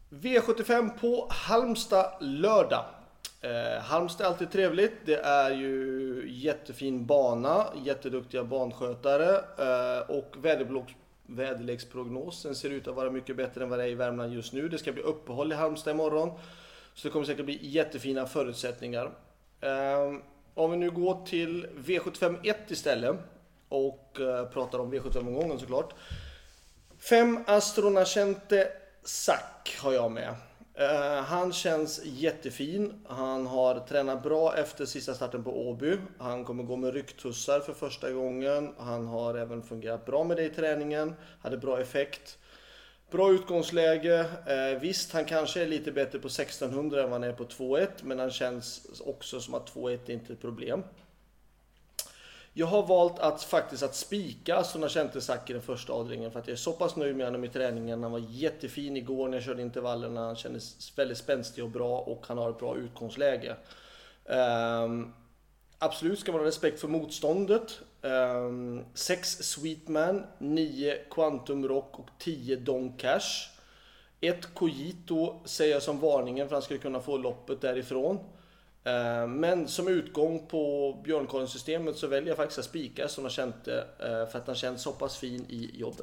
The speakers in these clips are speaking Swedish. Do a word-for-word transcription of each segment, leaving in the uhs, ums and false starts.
V sjuttiofem på Halmstad lördag. Eh, Halmstad är alltid trevligt. Det är ju jättefin bana, jätteduktiga banskötare eh, och väderblocks, väderleksprognosen ser ut att vara mycket bättre än vad det är i Värmland just nu. Det ska bli uppehåll i Halmstad imorgon, så det kommer säkert bli jättefina förutsättningar. Eh, om vi nu går till V sjuttiofem ett istället och eh, pratar om V sjuttiofem-omgången såklart. Fem Astronacente Sack har jag med. Uh, han känns jättefin. Han har tränat bra efter sista starten på Åby. Han kommer gå med rycktussar för första gången. Han har även fungerat bra med det i träningen. Hade bra effekt. Bra utgångsläge. Uh, visst, han kanske är lite bättre på sextonhundra än vad han är på två ett. Men han känns också som att två ett inte är ett problem. Jag har valt att faktiskt att spika Astronacente Sack i den första avdelningen för att jag är så pass nöjd med honom i träningen. Han var jättefin igår när jag körde intervallerna. Han kändes väldigt spänstig och bra och han har ett bra utgångsläge. Um, absolut ska man ha respekt för motståndet. Um, sex Sweetman, nio Quantum Rock och tio Don Cash. ett Cogito säger jag som varningen för att han skulle kunna få loppet därifrån. Men som utgång på Björnkollen-systemet så väljer jag faktiskt att spika Astronacente för att han känns så pass fin i jobben.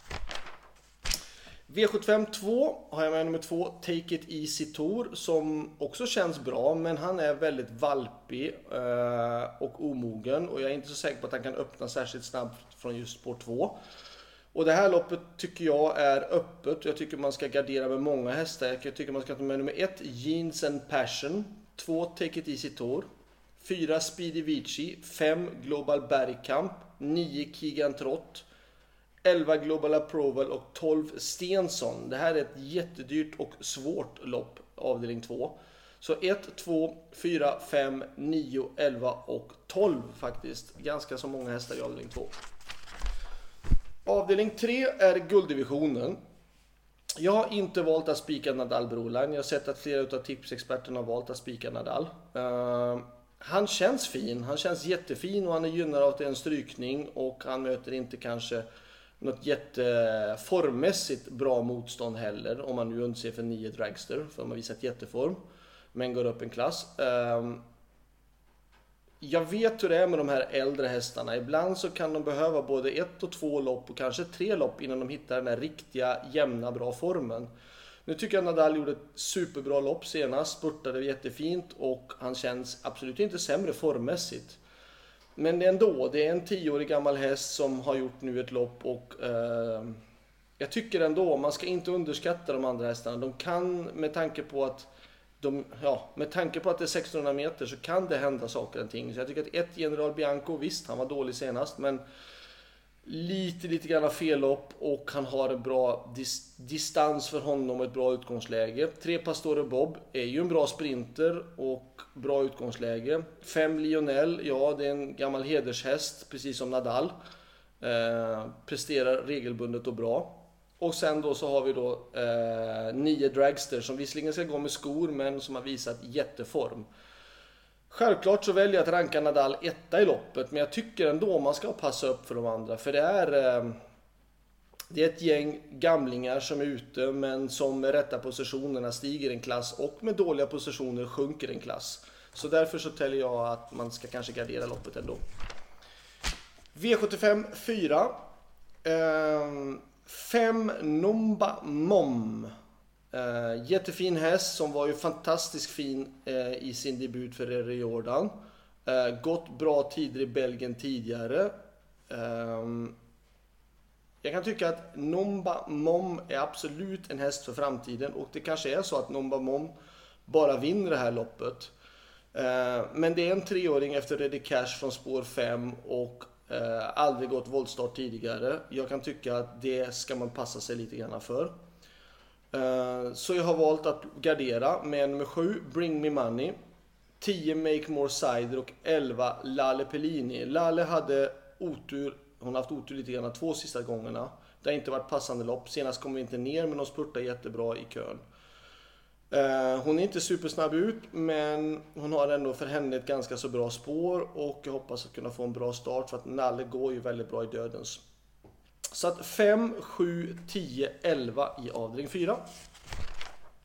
V sjuttiofem två har jag med nummer två, Take It Easy Tour, som också känns bra, men han är väldigt valpig och omogen och jag är inte så säker på att han kan öppna särskilt snabbt från just spår två. Och det här loppet tycker jag är öppet. Jag tycker man ska gardera med många hästar. Jag tycker man ska ta med nummer ett, Jeans and Passion, två Take It Easy Tour, fyra Speedy Vici, fem Global Bergkamp, nio Keegan Trott, elva Global Approval och tolv Stensson. Det här är ett jättedyrt och svårt lopp, avdelning två. Så ett, två, fyra, fem, nio, elva och tolv faktiskt. Ganska så många hästar i avdelning två. Avdelning tre är gulddivisionen. Jag har inte valt att spika Nadal Broline. Jag har sett att flera av tipsexperterna har valt att spika Nadal. Uh, han känns fin. Han känns jättefin och han är gynnad av att det är en strykning. Och han möter inte kanske något jätteformmässigt bra motstånd heller. Om man nu undser för nio Dragster. För de har visat jätteform. Men går upp en klass. Uh, Jag vet hur det är med de här äldre hästarna. Ibland så kan de behöva både ett och två lopp och kanske tre lopp innan de hittar den här riktiga, jämna, bra formen. Nu tycker jag Nadal gjorde ett superbra lopp senast, spurtade jättefint och han känns absolut inte sämre formmässigt. Men det är ändå, det är en tioårig gammal häst som har gjort nu ett lopp och eh, jag tycker ändå, man ska inte underskatta de andra hästarna. De kan, med tanke på att De, ja, med tanke på att det är sextonhundra meter så kan det hända saker och ting. Så jag tycker att ett General Bianco, visst han var dålig senast, men lite lite grann fel lopp och han har en bra dis- distans för honom och ett bra utgångsläge. Tre Pastore Bob är ju en bra sprinter och bra utgångsläge. Fem Lionel, ja det är en gammal hedershäst precis som Nadal. Eh, presterar regelbundet och bra. Och sen då så har vi då eh, nio Dragster som visserligen ska gå med skor men som har visat jätteform. Självklart så väljer jag att ranka Nadal etta i loppet, men jag tycker ändå man ska passa upp för de andra. För det är, eh, det är ett gäng gamlingar som är ute men som med rätta positionerna stiger en klass och med dåliga positioner sjunker en klass. Så därför så täljer jag att man ska kanske gardera loppet ändå. V sjuttiofem fyra. Eh, Fem Numba Mom. Uh, jättefin häst som var ju fantastiskt fin uh, i sin debut för Rere Jordan. Uh, gått bra tider i Belgien tidigare. Uh, jag kan tycka att Numba Mom är absolut en häst för framtiden. Och det kanske är så att Numba Mom bara vinner det här loppet. Uh, men det är en treåring efter Ready Cash från spår fem och Uh, aldrig gått voltstart tidigare. Jag kan tycka att det ska man passa sig lite grann för. Uh, så jag har valt att gardera med nummer sju Bring Me Money, tio Make More Cider och elva Lale Pellini. Lale hade otur, hon har haft otur lite grann två sista gångerna. Det har inte varit passande lopp. Senast kom vi inte ner men de spurtade jättebra i kön. Uh, hon är inte supersnabb ut, men hon har ändå för henne ett ganska så bra spår och jag hoppas att kunna få en bra start för att Nalle går ju väldigt bra i dödens. Så att fem, sju, tio, elva i avdelning fyra.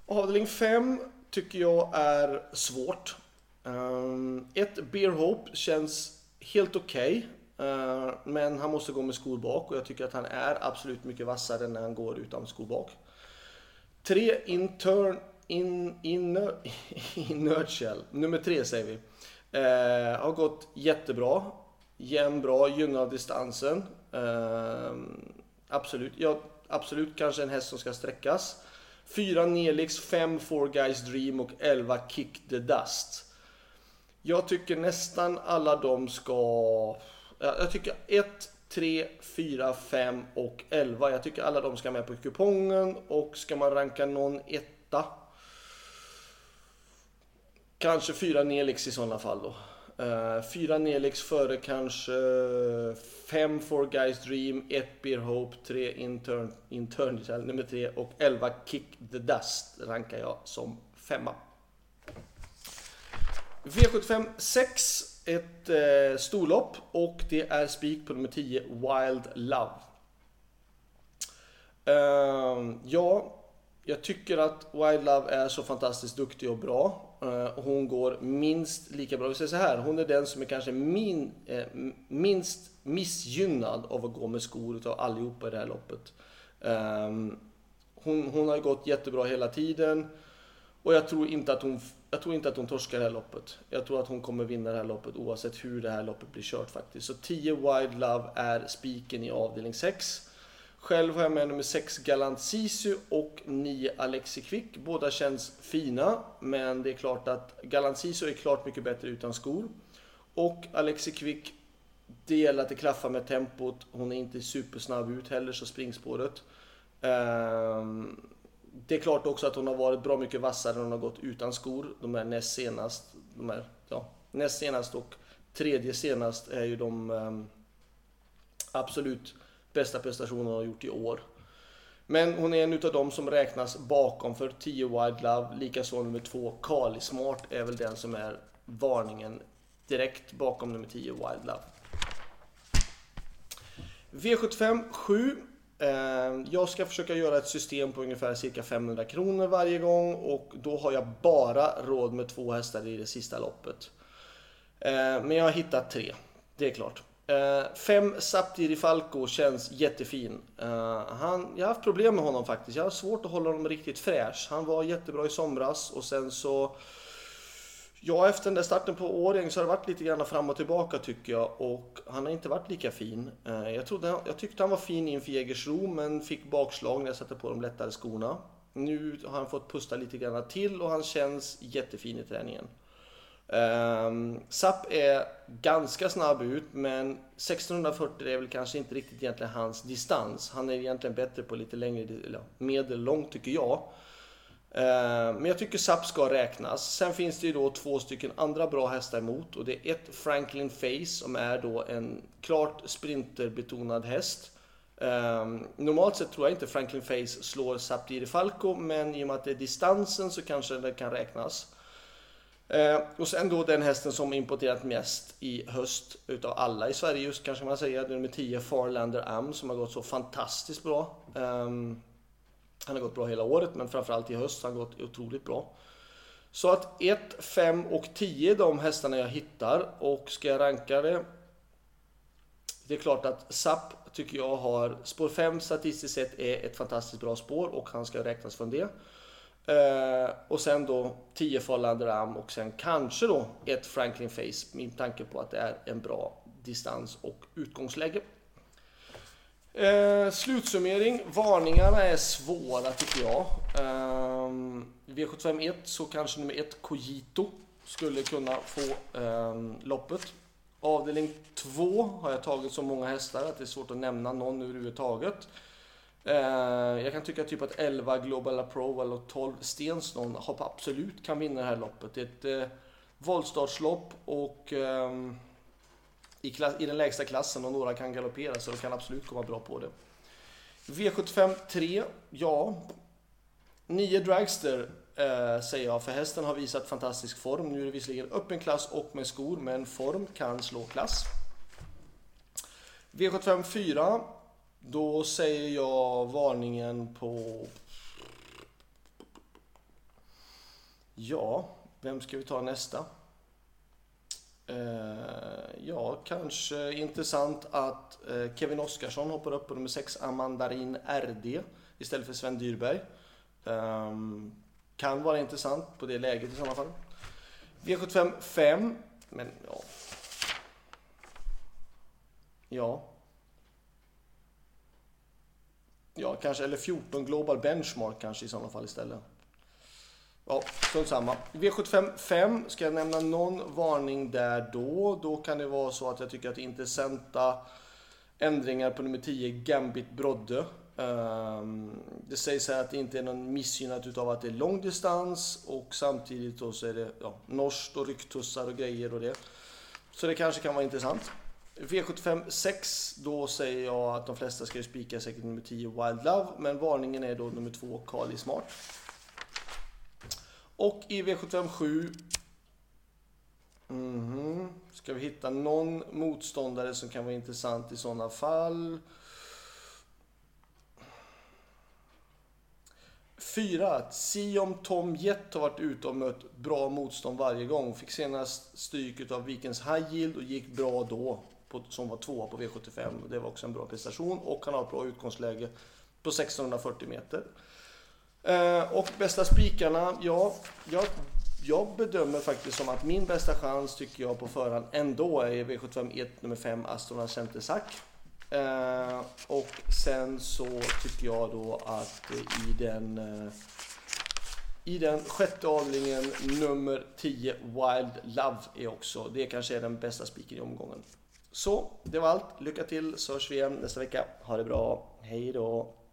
Avdelning fem tycker jag är svårt. Um, ett Beer Hope känns helt okej. Okay, uh, men han måste gå med skor bak och jag tycker att han är absolut mycket vassare när han går utan skor bak. tre Intern in, in, Inertial, nummer tre säger vi. Uh, har gått jättebra. Jämn bra, gynnar distansen. Uh, absolut, ja, absolut kanske en häst som ska sträckas. fyra Nelix, fem Four Guys Dream och elva Kick the Dust. Jag tycker nästan alla de ska... Jag tycker ett, tre, fyra, fem och elva. Jag tycker alla de ska med på kupongen. Och ska man ranka någon etta, kanske fyra Nelix i sådana fall då. Uh, fyra Nelix före kanske fem Four Guys Dream, ett Beer Hope, tre Intern, Intern nummer tre och elva Kick the Dust rankar jag som femma. V sjuttiofem sex, ett eh, storlopp och det är spik på nummer tio Wild Love. Uh, ja, jag tycker att Wild Love är så fantastiskt duktig och bra. Hon går minst lika bra. Vi säger så här, hon är den som är kanske min, eh, minst missgynnad av att gå med skor utav allihopa i det här loppet. Um, hon, hon har gått jättebra hela tiden och jag tror inte att hon jag tror inte att hon torskar det här loppet. Jag tror att hon kommer vinna det här loppet oavsett hur det här loppet blir kört faktiskt. Så tio Wild Love är spiken i avdelning sex. Själv har jag med nummer sex Galant Sisu och nio Alexi Quick. Båda känns fina, men det är klart att Galant Sisu är klart mycket bättre utan skor. Och Alexi Quick, det gäller att det klaffar med tempot. Hon är inte supersnabb ut heller, så springspåret. Um, det är klart också att hon har varit bra mycket vassare när hon har gått utan skor. De är näst senast, de är, ja, näst senast och tredje senast är ju de um, absolut bästa prestationen hon har gjort i år. Men hon är en utav dem som räknas bakom för tio Wild Love. Likaså nummer två Kali Smart är väl den som är varningen direkt bakom nummer tio Wild Love. V sjuttiofem sju. Jag ska försöka göra ett system på ungefär cirka femhundra kronor varje gång. Och då har jag bara råd med två hästar i det sista loppet. Men jag har hittat tre. Det är klart. Uh, fem Saptiri Falco känns jättefin. Uh, han, jag har haft problem med honom faktiskt. Jag har svårt att hålla honom riktigt fräsch. Han var jättebra i somras och sen så... Ja, efter den där starten på Årjäng så har det varit lite grann fram och tillbaka tycker jag. Och han har inte varit lika fin. Uh, jag, trodde, jag tyckte han var fin inför Jägersro men fick bakslag när jag satte på de lättare skorna. Nu har han fått pusta lite grann till och han känns jättefin i träningen. Um, Sapp är ganska snabb ut, men sextonhundrafyrtio är väl kanske inte riktigt egentligen hans distans. Han är egentligen bättre på lite längre, eller medellång tycker jag. Uh, men jag tycker Sapp ska räknas. Sen finns det ju då två stycken andra bra hästar emot och det är ett Franklin Face som är då en klart sprinterbetonad häst. Um, normalt sett tror jag inte Franklin Face slår Saptiri Falco, men i och med att det är distansen så kanske det kan räknas. Eh, och sen då den hästen som importerat mest i höst utav alla i Sverige just kanske man säger, nummer tio Farlander Am som har gått så fantastiskt bra. Eh, han har gått bra hela året men framförallt i höst har han gått otroligt bra. Så att ett, fem och tio de hästarna jag hittar och ska jag ranka det. Det är klart att Sapp tycker jag har spår fem statistiskt sett är ett fantastiskt bra spår och han ska räknas från det. Uh, och sen då tio Farlander Am och sen kanske då ett Franklin Face med tanke på att det är en bra distans och utgångsläge. Uh, slutsummering, varningarna är svåra tycker jag. Uh, V sjuttiofem ett så kanske nummer ett Cogito skulle kunna få uh, loppet. Avdelning två har jag tagit så många hästar att det är svårt att nämna någon överhuvudtaget. Jag kan tycka typ att elva Global Approval och tolv Stensson absolut kan vinna det här loppet. Det är ett eh, voltstartslopp och eh, i, klass, i den lägsta klassen och några kan galoppera så de kan absolut komma bra på det. V sjuttiofem tre, ja. nio Dragster eh, säger jag för hästen har visat fantastisk form. Nu är det visserligen öppen klass och med skor men form kan slå klass. V sjuttiofem fyra. Då säger jag varningen på Ja, vem ska vi ta nästa? Eh, ja, kanske intressant att eh, Kevin Oskarsson hoppar upp på nummer sex Amandarin R D istället för Sven Dyrberg. Eh, kan vara intressant på det läget i sådana fall. V sjuttiofem fem, men ja. Ja. Ja, kanske, eller fjorton Global Benchmark kanske i sådana fall istället. Ja, sånt samma. V sjuttiofem fem, ska jag nämna någon varning där då? Då kan det vara så att jag tycker att det är intressanta ändringar på nummer tio Gambit Brodde. Um, det sägs här att det inte är någon missgynnat utav att det är långdistans och samtidigt då så är det ja, norskt och rycktussar och grejer och det. Så det kanske kan vara intressant. V sjuttiofem sex, då säger jag att de flesta ska spika säkert nummer tio Wild Love, men varningen är då nummer två Kali Smart. Och i V sjuttiofem sju mm, ska vi hitta någon motståndare som kan vara intressant i sådana fall. Fyra, Siom Tom Jett har varit ute och mött bra motstånd varje gång. Fick senast stryk av Vikens High Yield och gick bra då, på, som var tvåa på V sjuttiofem. Det var också en bra prestation och han har ett bra utgångsläge på sextonhundrafyrtio meter. Eh, och bästa spikarna, ja, jag, jag bedömer faktiskt som att min bästa chans tycker jag på förhand ändå är V sjuttiofem ett nummer fem Astrona Centersack. Eh, och sen så tycker jag då att i den eh, i den sjätte avdelningen nummer tio Wild Love är också, det kanske är den bästa spiken i omgången. Så det var allt, lycka till så hörs vi igen nästa vecka, ha det bra, hej då.